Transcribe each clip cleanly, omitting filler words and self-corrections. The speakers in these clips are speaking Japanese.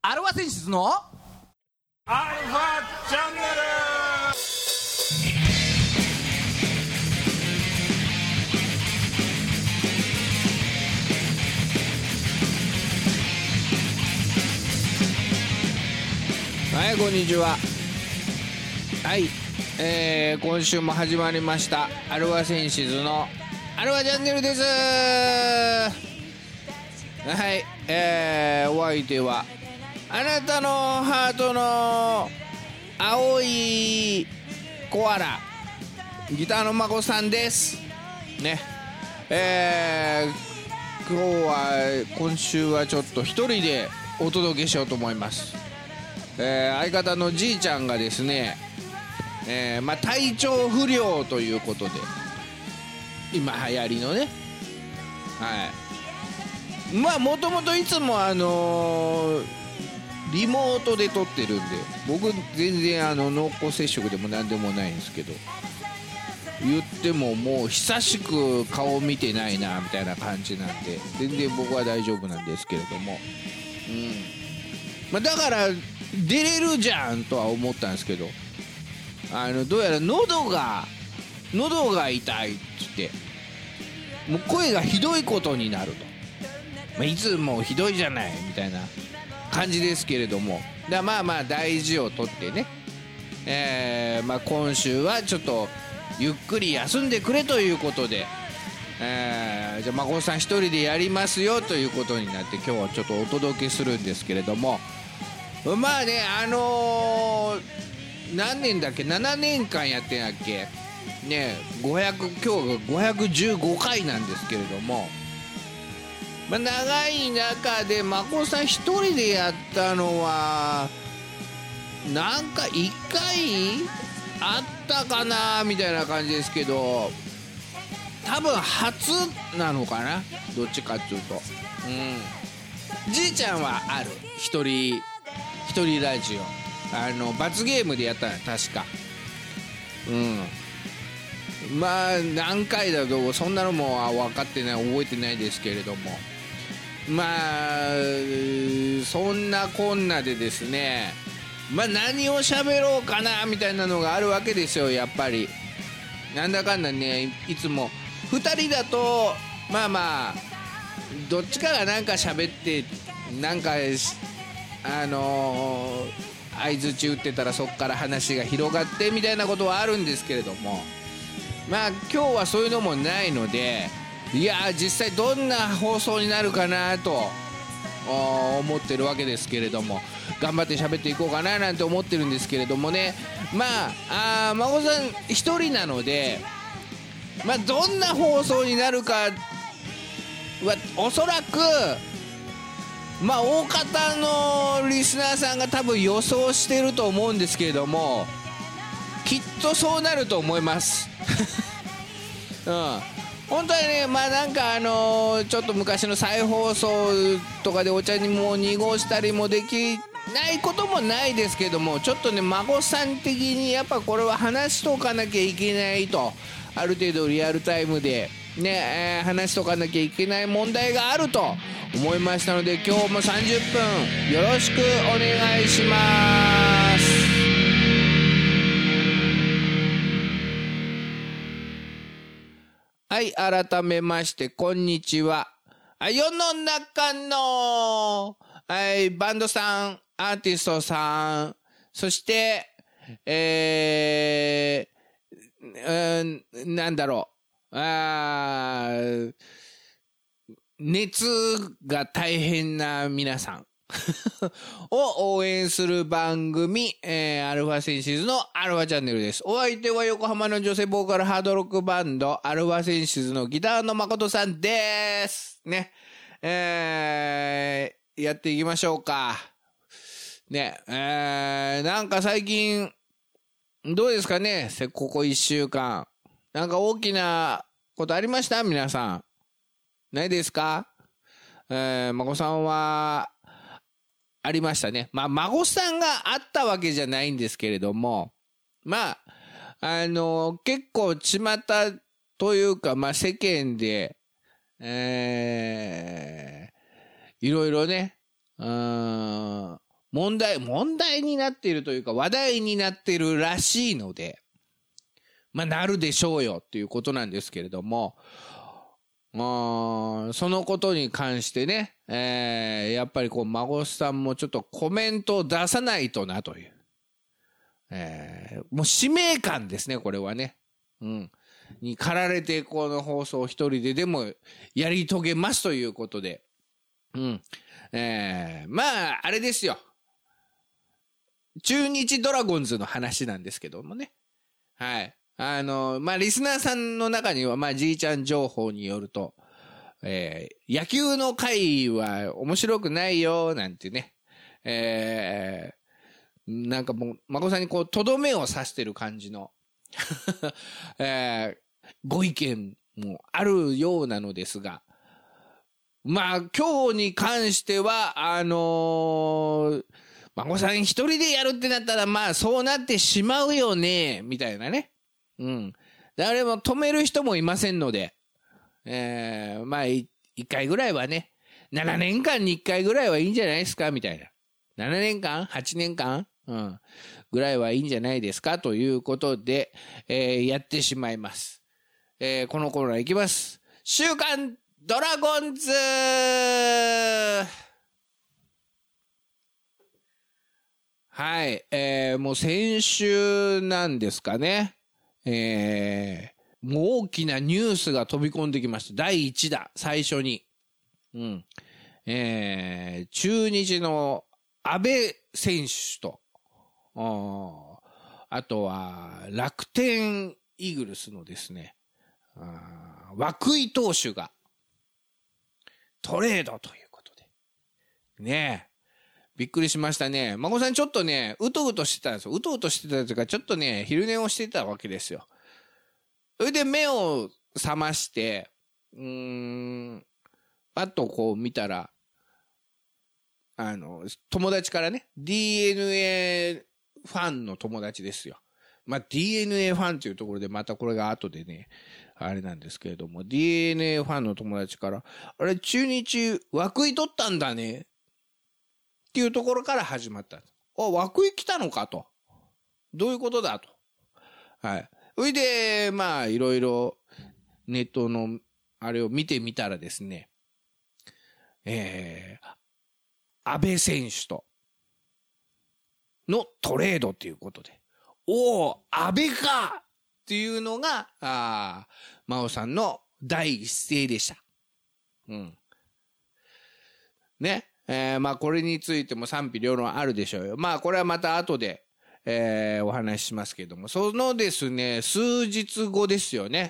アルファセンシズのアルファチャンネル。 はい、こんにちは。はい、今週も始まりましたアルファセンシズのアルファチャンネルです。はい、お相手はあなたのハートの青いコアラギターのまこさんですね。今週はちょっと一人でお届けしようと思います。相方のじいちゃんがですね、体調不良ということで、今流行りのね、もともといつもリモートで撮ってるんで、僕全然濃厚接触でも何でもないんですけど、言ってももう久しく顔見てないなみたいな感じなんで、全然僕は大丈夫なんですけれども、だから出れるじゃんとは思ったんですけど、どうやら喉が痛いって言って、もう声がひどいことになると、いつもひどいじゃないみたいな感じですけれども、大事をとってね、今週はちょっとゆっくり休んでくれということで、じゃあ孫さん一人でやりますよということになって、今日はちょっとお届けするんですけれども、何年だっけ、7年間やってんだっけね、今日が515回なんですけれども、長い中でまこさん一人でやったのはなんか1回あったかなみたいな感じですけど、多分初なのかな、どっちかっていうと。じいちゃんはある一人ラジオ、罰ゲームでやったの確か。何回だとそんなのも分かってない、覚えてないですけれども、そんなこんなでですね、何を喋ろうかなみたいなのがあるわけですよ。やっぱりなんだかんだね、いつも2人だとどっちかがなんか喋って、なんか相槌打ってたらそこから話が広がってみたいなことはあるんですけれども、今日はそういうのもないので、いや実際どんな放送になるかなと思ってるわけですけれども、頑張って喋っていこうかななんて思ってるんですけれどもね。孫さん一人なので、どんな放送になるかはおそらく大方のリスナーさんが多分予想してると思うんですけれども、きっとそうなると思います本当はね、ちょっと昔の再放送とかでお茶にも濁したりもできないこともないですけども、ちょっとね孫さん的にやっぱこれは話しとかなきゃいけないと、ある程度リアルタイムでね、話しとかなきゃいけない問題があると思いましたので、今日も30分よろしくお願いします。はい、改めましてこんにちは。世の中の、バンドさん、アーティストさん、そして熱が大変な皆さんを応援する番組、アルファセンシズのアルファチャンネルです。お相手は横浜の女性ボーカルハードロックバンドアルファセンシズのギターの誠さんですね。やっていきましょうかね。なんか最近どうですかね、ここ1週間なんか大きなことありました？皆さんないですか？孫さんはありましたね。孫さんがあったわけじゃないんですけれども、結構巷というか、世間で、いろいろね、 問題になっているというか話題になっているらしいので、なるでしょうよっていうことなんですけれども、そのことに関してね、やっぱり孫さんもちょっとコメントを出さないとなという、もう使命感ですね、これはね。に駆られてこの放送を一人でもやり遂げますということで、あれですよ。中日ドラゴンズの話なんですけどもね。はい。リスナーさんの中には、じいちゃん情報によると、野球の回は面白くないよ、なんてね。なんかもう、孫さんにとどめを刺してる感じの、ご意見もあるようなのですが、今日に関しては、孫さん一人でやるってなったら、そうなってしまうよね、みたいなね。誰も止める人もいませんので、1回ぐらいはね、7年間に1回ぐらいはいいんじゃないですかみたいな。7年間 ?8 年間ぐらいはいいんじゃないですかということで、やってしまいます。このコーナーいきます。週刊ドラゴンズ。はい、もう先週なんですかね。もう大きなニュースが飛び込んできました。第1打、最初に。中日の阿部選手と、あとは楽天イーグルスのですね、涌井投手がトレードということで。ねえ。びっくりしましたね。孫さんちょっとね、うとうとしてたんですよ。うとうとしてたというか、ちょっとね、昼寝をしてたわけですよ。それで目を覚まして、パッと見たら、友達からね、DNA ファンの友達ですよ。DNA ファンというところで、またこれが後でね、あれなんですけれども、DNA ファンの友達から、あれ、中日、涌井取ったんだね。っていうところから始まった。涌井来たのかと。どういうことだと。はい。それで、いろいろネットのあれを見てみたらですね、阿部選手とのトレードということで、阿部かっていうのが、真央さんの第一声でした。ね。これについても賛否両論あるでしょうよ。これはまた後で、お話ししますけれども、そのですね、数日後ですよね。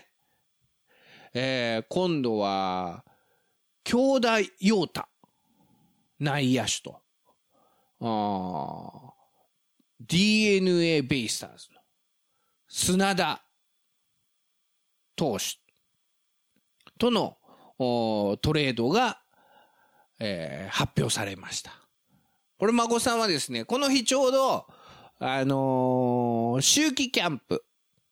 今度は、京田陽太、内野手と、DNA ベイスターズの砂田投手とのトレードが、発表されました。これ孫さんはですね、この日ちょうど秋季キャンプ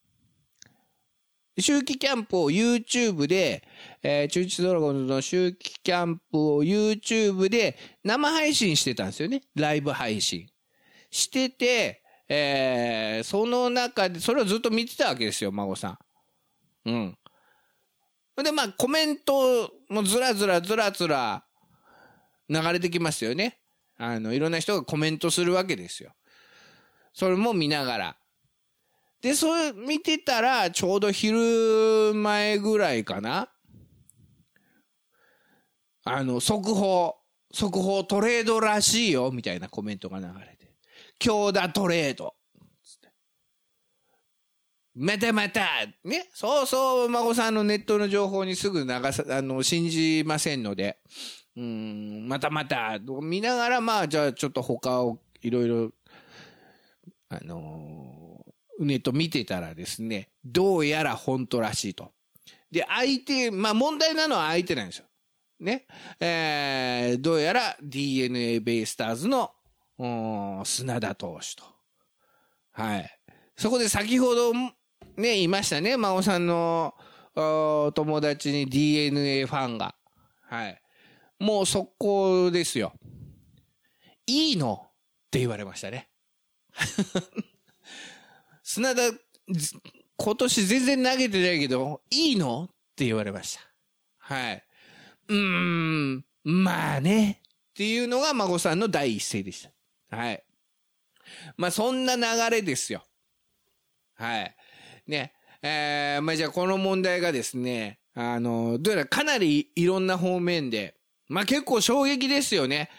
を YouTube で、中日ドラゴンズの秋季キャンプを YouTube で生配信してたんですよね。ライブ配信してて、その中でそれをずっと見てたわけですよ、孫さん。でコメントもずらずら流れてきますよね。いろんな人がコメントするわけですよ。それも見ながら。で、それ見てたら、ちょうど昼前ぐらいかな。速報トレードらしいよ、みたいなコメントが流れて。京田トレード。またね。そう、孫さんのネットの情報にすぐ信じませんので。また見ながらじゃあちょっと他をいろいろネット見てたらですね、どうやら本当らしいと。で相手問題なのは相手なんですよね。どうやら DNA ベイスターズの砂田投手と、はい、そこで先ほどね言いましたね、真央さんの友達に DNA ファンが、はい、もう速攻ですよ。いいのっって言われましたね。砂田、今年全然投げてないけど、いいのって言われました。はい。まあね。っていうのが孫さんの第一声でした。はい。まあそんな流れですよ。はい。ね。まあじゃあこの問題がですね、どうやらかなりいろんな方面で、まあ結構衝撃ですよね。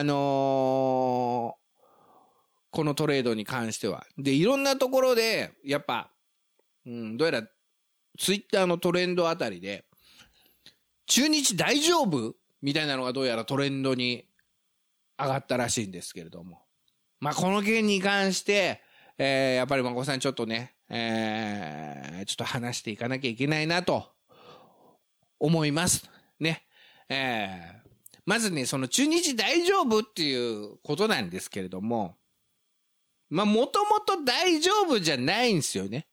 このトレードに関しては。で、いろんなところで、やっぱ、どうやら、ツイッターのトレンドあたりで、中日大丈夫みたいなのがどうやらトレンドに上がったらしいんですけれども。まあ、この件に関して、やっぱり孫さんちょっとね、ちょっと話していかなきゃいけないなと思います。ね。まずね、その中日大丈夫っていうことなんですけれども、まあ、もともと大丈夫じゃないんですよね。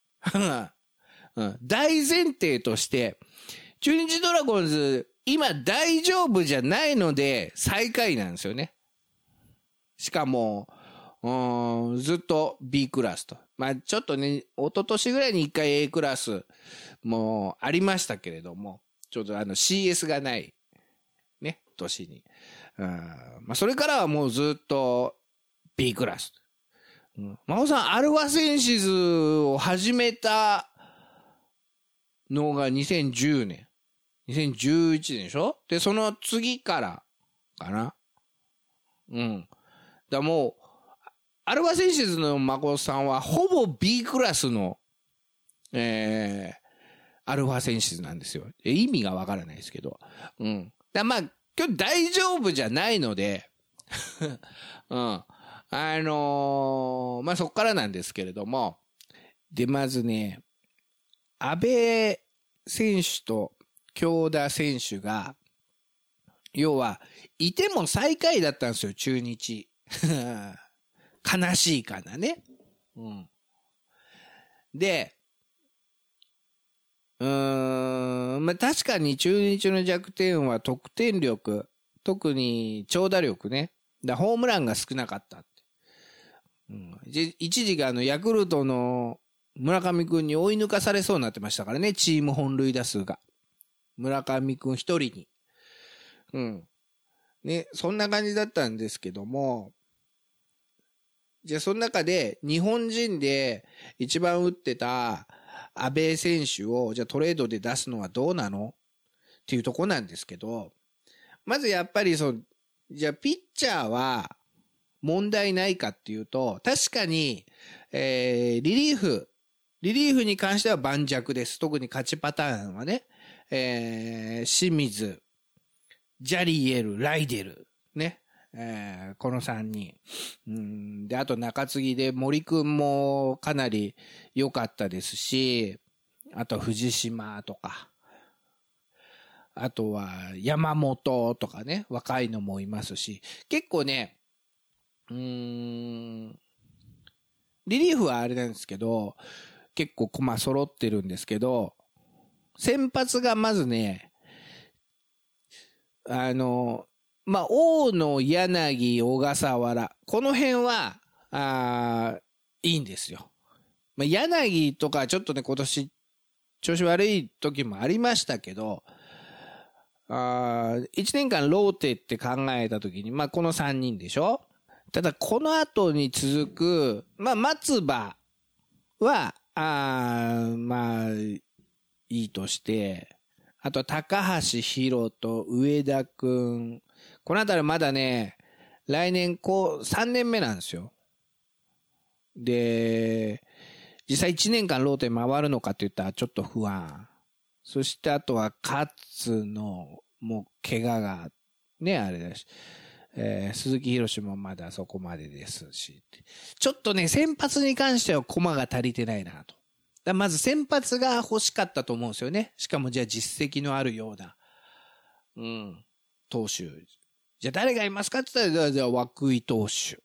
大前提として、中日ドラゴンズ、今大丈夫じゃないので、最下位なんですよね。しかも、ずっと B クラスと。まあ、ちょっとね、一昨年ぐらいに一回 A クラスもありましたけれども、ちょっとCS がない、ね、年に。まあ、それからはもうずっと B クラス。真帆さん、アルファセンシズを始めたのが2010年。2011年でしょ？で、その次からかな。だもう、アルファセンシズの真帆さんはほぼ B クラスの、アルファセンシズなんですよ。意味がわからないですけど。まあ、今日大丈夫じゃないので、まあ、そっからなんですけれども、で、まずね、安倍選手と京田選手が、要は、いても最下位だったんですよ、中日。悲しいかなね。で、まあ、確かに中日の弱点は得点力、特に長打力ね。ホームランが少なかったって。一時がヤクルトの村上くんに追い抜かされそうになってましたからね、チーム本塁打数が。村上くん一人に。ね、そんな感じだったんですけども、じゃあその中で日本人で一番打ってた安倍選手をじゃあトレードで出すのはどうなのっていうとこなんですけど、まずやっぱりじゃあピッチャーは問題ないかっていうと、確かに、リリーフに関しては盤石です。特に勝ちパターンはね、清水、ジャリエル、ライデル、ね。この3人。で、あと中継ぎで森くんもかなり良かったですし、あと藤島とか、あとは山本とかね、若いのもいますし、結構ね、リリーフはあれなんですけど、結構駒揃ってるんですけど、先発がまずね、まあ、大野、柳、小笠原。この辺は、いいんですよ。まあ、柳とかちょっとね、今年、調子悪い時もありましたけど、1年間ローテって考えた時に、まあ、この3人でしょ？ただ、この後に続く、まあ、松葉は、まあ、いいとして、あと、高橋宏斗、上田くん、このあたりまだね、来年3年目なんですよ。で、実際1年間ローテ回るのかって言ったらちょっと不安。そしてあとは勝の、もう怪我が、ね、あれだし、鈴木宏もまだそこまでですし。ちょっとね、先発に関しては駒が足りてないなと。まず先発が欲しかったと思うんですよね。しかもじゃあ実績のあるような、投手。じゃあ誰がいますかって言ったら、じゃあ涌井投手。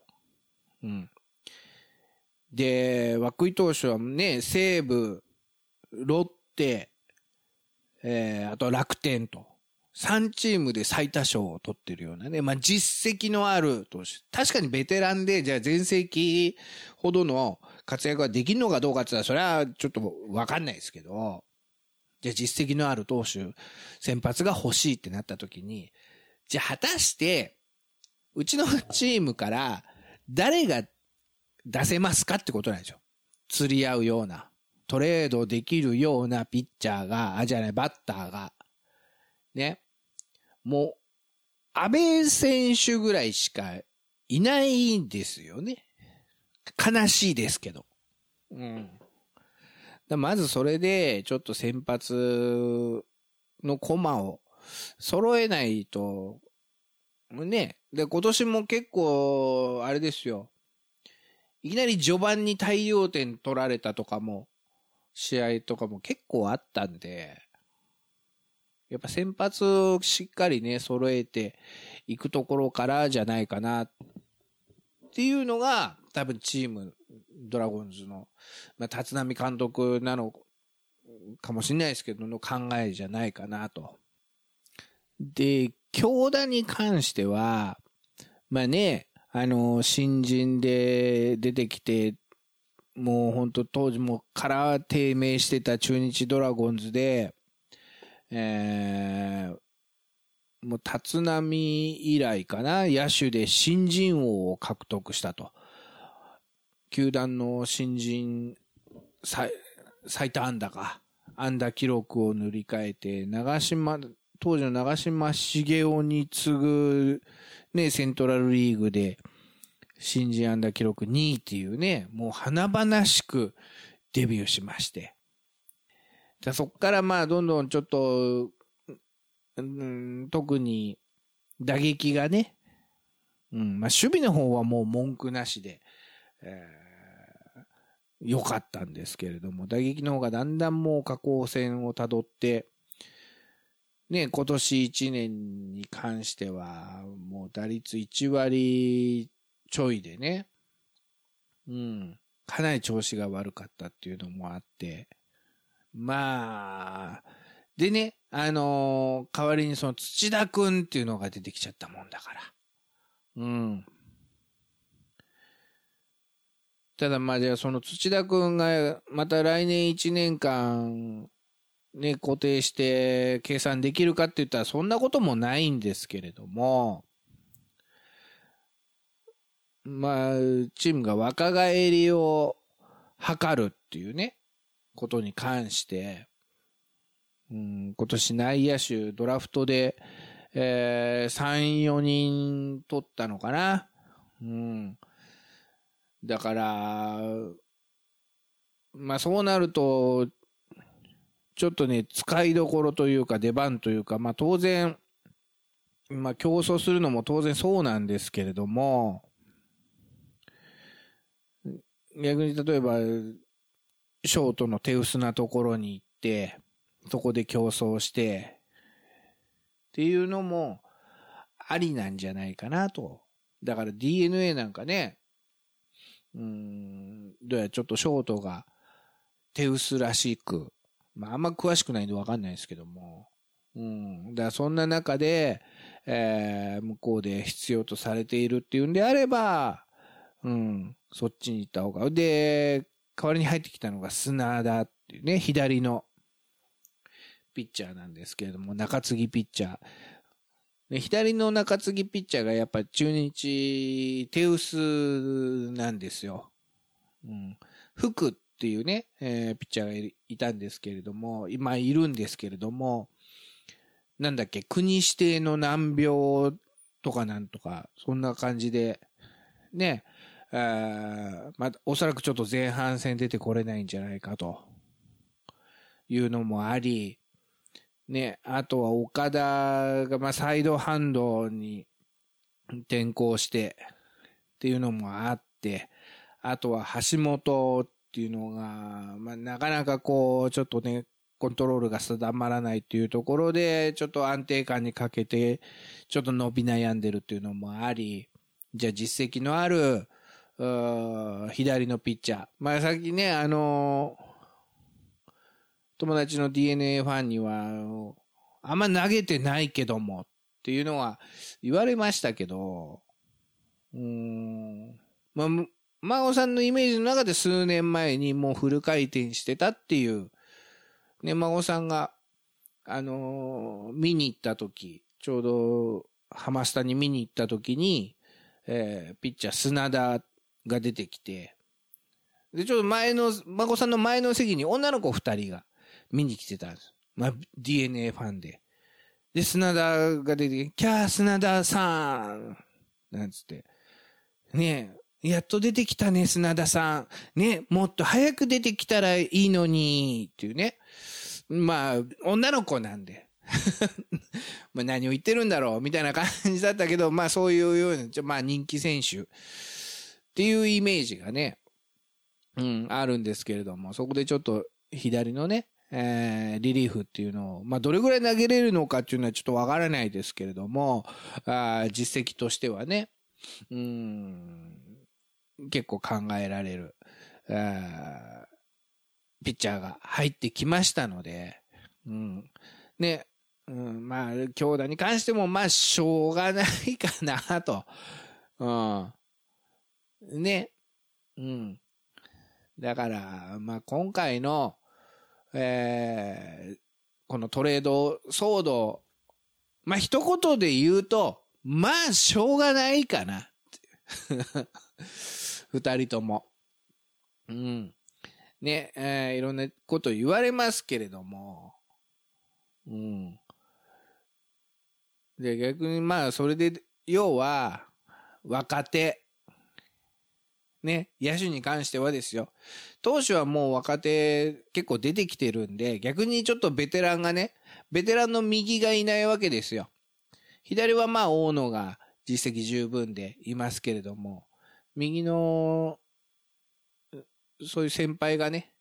で、涌井投手はね、西武、ロッテ、あと楽天と。 3チームで最多勝を取ってるようなね、まあ実績のある投手。確かにベテランで、じゃあ全盛期ほどの活躍ができるのかどうかって言ったら、それはちょっとわかんないですけど、じゃあ実績のある投手、先発が欲しいってなった時に、じゃあ果たして、うちのチームから誰が出せますかってことなんですよ。釣り合うような、トレードできるようなピッチャーが、バッターが、ね。もう、安倍選手ぐらいしかいないんですよね。悲しいですけど。うん。まずそれで、ちょっと先発の駒を揃えないと、ね。で、今年も結構、あれですよ。いきなり序盤に大量点取られたとかも、試合とかも結構あったんで、やっぱ先発をしっかりね、揃えていくところからじゃないかなっていうのが、多分チーム、ドラゴンズの、まあ、立浪監督なのかもしれないですけど、の考えじゃないかなと。で、京田に関しては、まあね、新人で出てきて、もう本当当時もから低迷してた中日ドラゴンズで、もう立浪以来かな、野手で新人王を獲得したと。球団の新人最多安打記録を塗り替えて、当時の長嶋茂雄に次ぐ、ね、セントラルリーグで、新人安打記録2位っていうね、もう華々しくデビューしまして。そっからまあどんどんちょっと、特に打撃がね、まあ守備の方はもう文句なしで、良かったんですけれども、打撃の方がだんだんもう下降線をたどって、ね、今年1年に関しては、もう打率1割ちょいでね、かなり調子が悪かったっていうのもあって、まあ、でね、代わりにその土田くんっていうのが出てきちゃったもんだから。ただまあじゃあその土田くんがまた来年1年間ね、固定して計算できるかって言ったらそんなこともないんですけれども、まあ、チームが若返りを図るっていうね、ことに関して、今年内野手ドラフトで、3、4人取ったのかな。だから、まあそうなると、ちょっとね、使いどころというか出番というか、まあ当然、まあ競争するのも当然そうなんですけれども、逆に例えば、ショートの手薄なところに行って、そこで競争して、っていうのもありなんじゃないかなと。だから DNA なんかね、どうやらちょっとショートが手薄らしく、まああんま詳しくないんでわかんないですけども、だからそんな中で、向こうで必要とされているっていうんであれば、そっちに行った方が。で、代わりに入ってきたのが砂田っていうね、左のピッチャーなんですけれども、中継ぎピッチャー。で左の中継ぎピッチャーがやっぱ中日手薄なんですよ。福っていうね、ピッチャーがいたんですけれども、今いるんですけれども、なんだっけ、国指定の難病とかなんとか、そんな感じで、ね、まあ、おそらくちょっと前半戦出てこれないんじゃないかというのもあり、ね、あとは岡田がまあサイドハンドに転向してっていうのもあって、あとは橋本っていうのが、まあ、なかなかこうちょっとねコントロールが定まらないっていうところでちょっと安定感に欠けてちょっと伸び悩んでるっていうのもあり、じゃあ実績のある左のピッチャー、まあさっきね友達の DNA ファンにはあんま投げてないけどもっていうのは言われましたけど、まあ、孫さんのイメージの中で数年前にもうフル回転してたっていう、ね、孫さんが、見に行った時、ちょうどハマスタに見に行った時に、ピッチャー砂田が出てきて、で、ちょっと孫さんの前の席に女の子2人が見に来てたんです。まあ、DNA ファンで。で、砂田が出てきて、キャー砂田さんなんつって。ねえ、やっと出てきたね、砂田さん。ね、もっと早く出てきたらいいのに、っていうね。まあ、女の子なんで。まあ何を言ってるんだろう、みたいな感じだったけど、まあそういうような、まあ人気選手っていうイメージがね、あるんですけれども、そこでちょっと左のね、リリーフっていうのを、まあどれぐらい投げれるのかっていうのはちょっとわからないですけれども、実績としてはね、結構考えられる、ピッチャーが入ってきましたので、ね、まあ、強打に関しても、まあ、しょうがないかなと。ね。だから、まあ、今回の、このトレード騒動、まあ、一言で言うと、まあ、しょうがないかな。二人とも。ね、いろんなこと言われますけれども、で、逆にまあ、それで、要は、若手、ね、野手に関してはですよ。投手はもう若手結構出てきてるんで、逆にちょっとベテランがね、ベテランの右がいないわけですよ。左はまあ、大野が実績十分でいますけれども、右の、そういう先輩がね、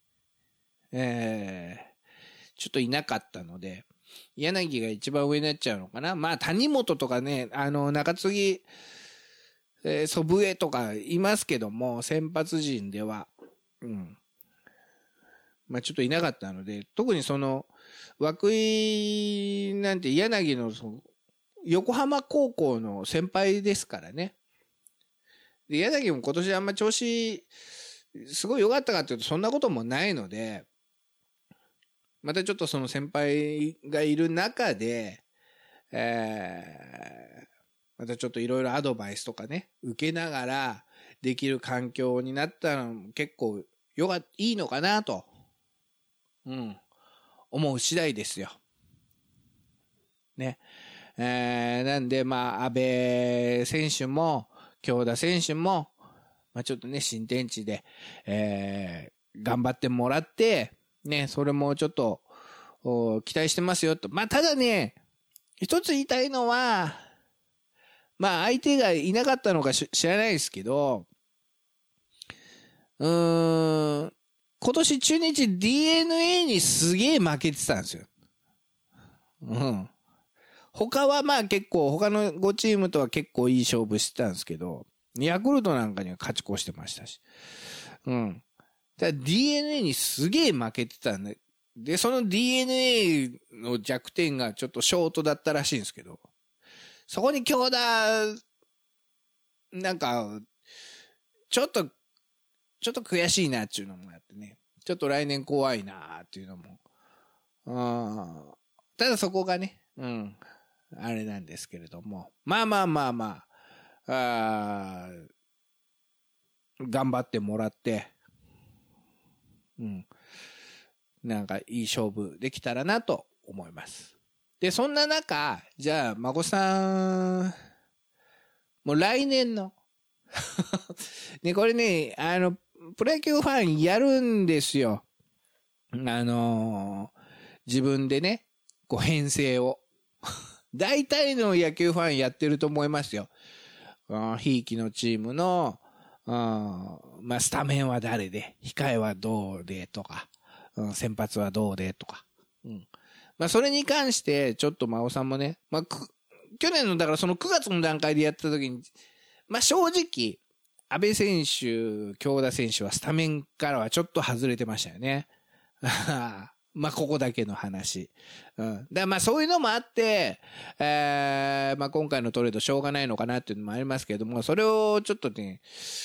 ちょっといなかったので、柳が一番上になっちゃうのかな。まあ、谷本とかね、中継ぎ、祖父江とかいますけども、先発陣では、まあ、ちょっといなかったので、特にその、涌井なんて柳の横浜高校の先輩ですからね。で、柳も今年あんま調子、すごい良かったかというと、そんなこともないので、またちょっとその先輩がいる中で、またちょっといろいろアドバイスとかね、受けながらできる環境になったら結構いいのかなと、思う次第ですよ。ね。なんで、まあ、安倍選手も、京田選手も、まあ、ちょっとね、新天地で、頑張ってもらって、ね、それもちょっと、期待してますよと。まあ、ただね、一つ言いたいのは、まあ、相手がいなかったのか知らないですけど、今年中日 DNA にすげえ負けてたんですよ。他はまあ結構、他の5チームとは結構いい勝負してたんですけど、ヤクルトなんかには勝ち越してましたし。だ DNA にすげえ負けてたんで、で、その DNA の弱点がちょっとショートだったらしいんですけど、そこに京田、なんか、ちょっと悔しいなっていうのもあってね、ちょっと来年怖いなっていうのも、ただそこがね、あれなんですけれども、まあ、頑張ってもらって、なんかいい勝負できたらなと思います。で、そんな中、じゃあ、孫さん、もう来年の、ね、これね、プロ野球ファンやるんですよ。自分でね、こう編成を。大体の野球ファンやってると思いますよ。ひいきのチームの、まあ、スタメンは誰で、控えはどうでとか、先発はどうでとか。まあ、それに関して、ちょっと真央さんもね、まあ、去年の、だからその9月の段階でやった時に、まあ、正直、安倍選手、京田選手はスタメンからはちょっと外れてましたよね。 ここだけの話。だからそういうのもあって、今回のトレードしょうがないのかなっていうのもありますけれども、それをちょっとね、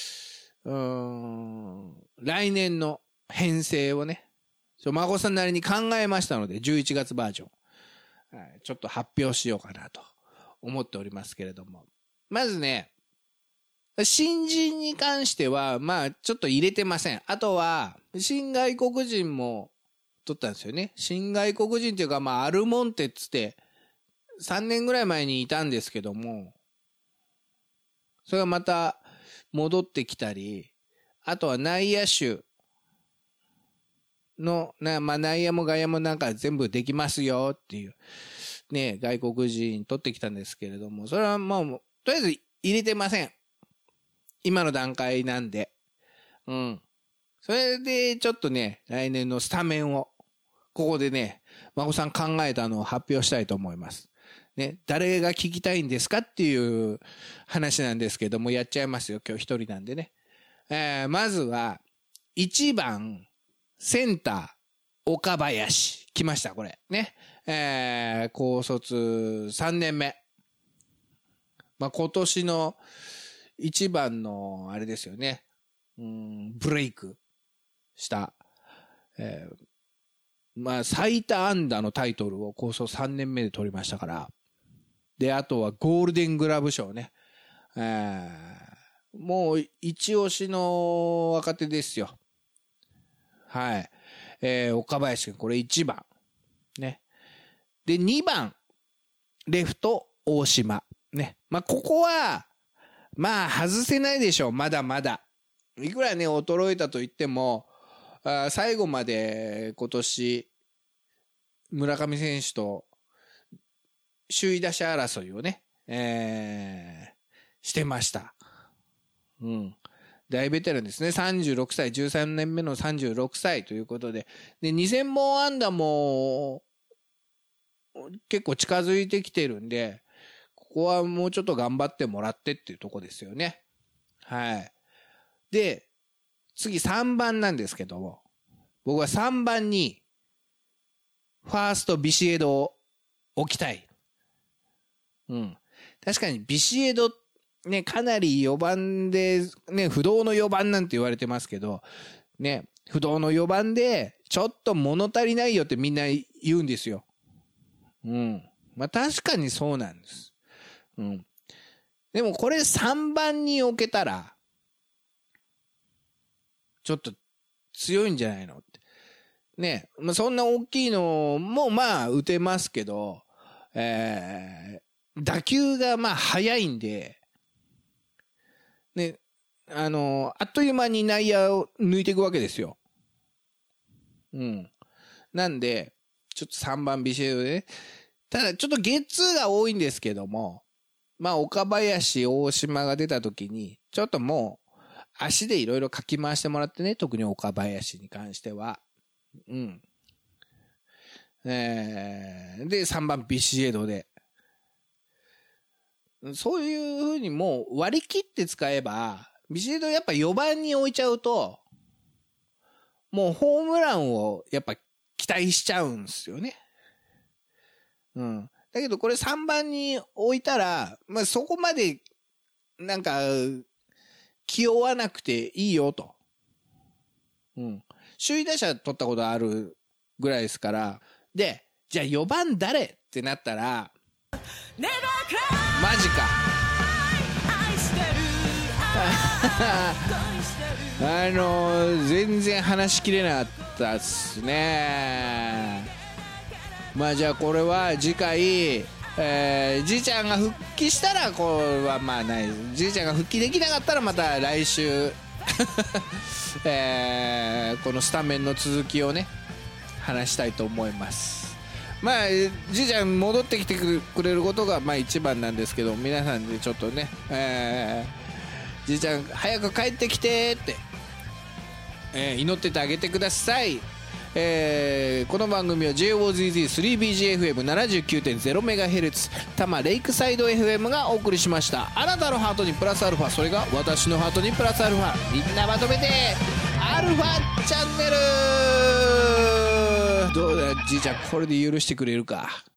来年の編成をね、孫さんなりに考えましたので、11月バージョン、ちょっと発表しようかなと思っておりますけれども。まずね、新人に関しては、ちょっと入れてません。あとは、新外国人も取ったんですよね。新外国人っていうか、アルモンテっつって、3年ぐらい前にいたんですけども、それがまた戻ってきたり、あとは内野手の、内野も外野もなんか全部できますよっていう、ね、外国人取ってきたんですけれども、それはもう、とりあえず入れてません。今の段階なんで。それで、ちょっとね、来年のスタメンを、ここでね、孫さん考えたのを発表したいと思います。ね、誰が聞きたいんですかっていう話なんですけども、やっちゃいますよ。今日一人なんでね。まずは、1番、センター、岡林。来ました、これ。ね。高卒3年目。今年の1番の、あれですよね。ブレイクした。最多安打のタイトルを高卒3年目で取りましたから。で、あとはゴールデングラブ賞ね。もう一押しの若手ですよ。はい。岡林君、これ1番。ね。で、2番、レフト、大島。ね。ここは、外せないでしょう。まだまだ。いくらね、衰えたと言っても、最後まで今年、村上選手と、首位打者争いをね、してました。大ベテランですね。36歳、13年目の36歳ということで。で、2000本安打も結構近づいてきてるんで、ここはもうちょっと頑張ってもらってっていうとこですよね。はい。で、次3番なんですけども、僕は3番に、ファーストビシエドを置きたい。確かにビシエドね、かなり4番で、ね、不動の4番なんて言われてますけど、ね、不動の4番で、ちょっと物足りないよってみんな言うんですよ。確かにそうなんです。でもこれ3番に置けたら、ちょっと強いんじゃないのって。ね、そんな大きいのも打てますけど、打球が速いんで、ね、あっという間に内野を抜いていくわけですよ。なんで、ちょっと3番ビシエドでね。ただ、ちょっとゲッツーが多いんですけども、岡林、大島が出た時に、ちょっともう、足でいろいろかき回してもらってね、特に岡林に関しては。で、3番ビシエドで。そういう風にもう割り切って使えば、ビシエドやっぱ4番に置いちゃうと、もうホームランをやっぱ期待しちゃうんですよね。だけどこれ3番に置いたら、そこまでなんか気負わなくていいよと。首位打者取ったことあるぐらいですから。で、じゃあ4番誰ってなったら、マジか。全然話しきれなかったっすね。じゃあこれは次回、じいちゃんが復帰したらこれはない。じいちゃんが復帰できなかったらまた来週、このスタメンの続きをね話したいと思います。じいちゃん戻ってきてくれることが一番なんですけど、皆さんでちょっとね、じいちゃん早く帰ってきてって、祈っててあげてください。この番組は JOZZ3BGFM79.0MHz 多摩レイクサイド FM がお送りしました。あなたのハートにプラスアルファ、それが私のハートにプラスアルファ、みんなまとめてアルファチャンネル。 どうだじいちゃんこれで許してくれるか。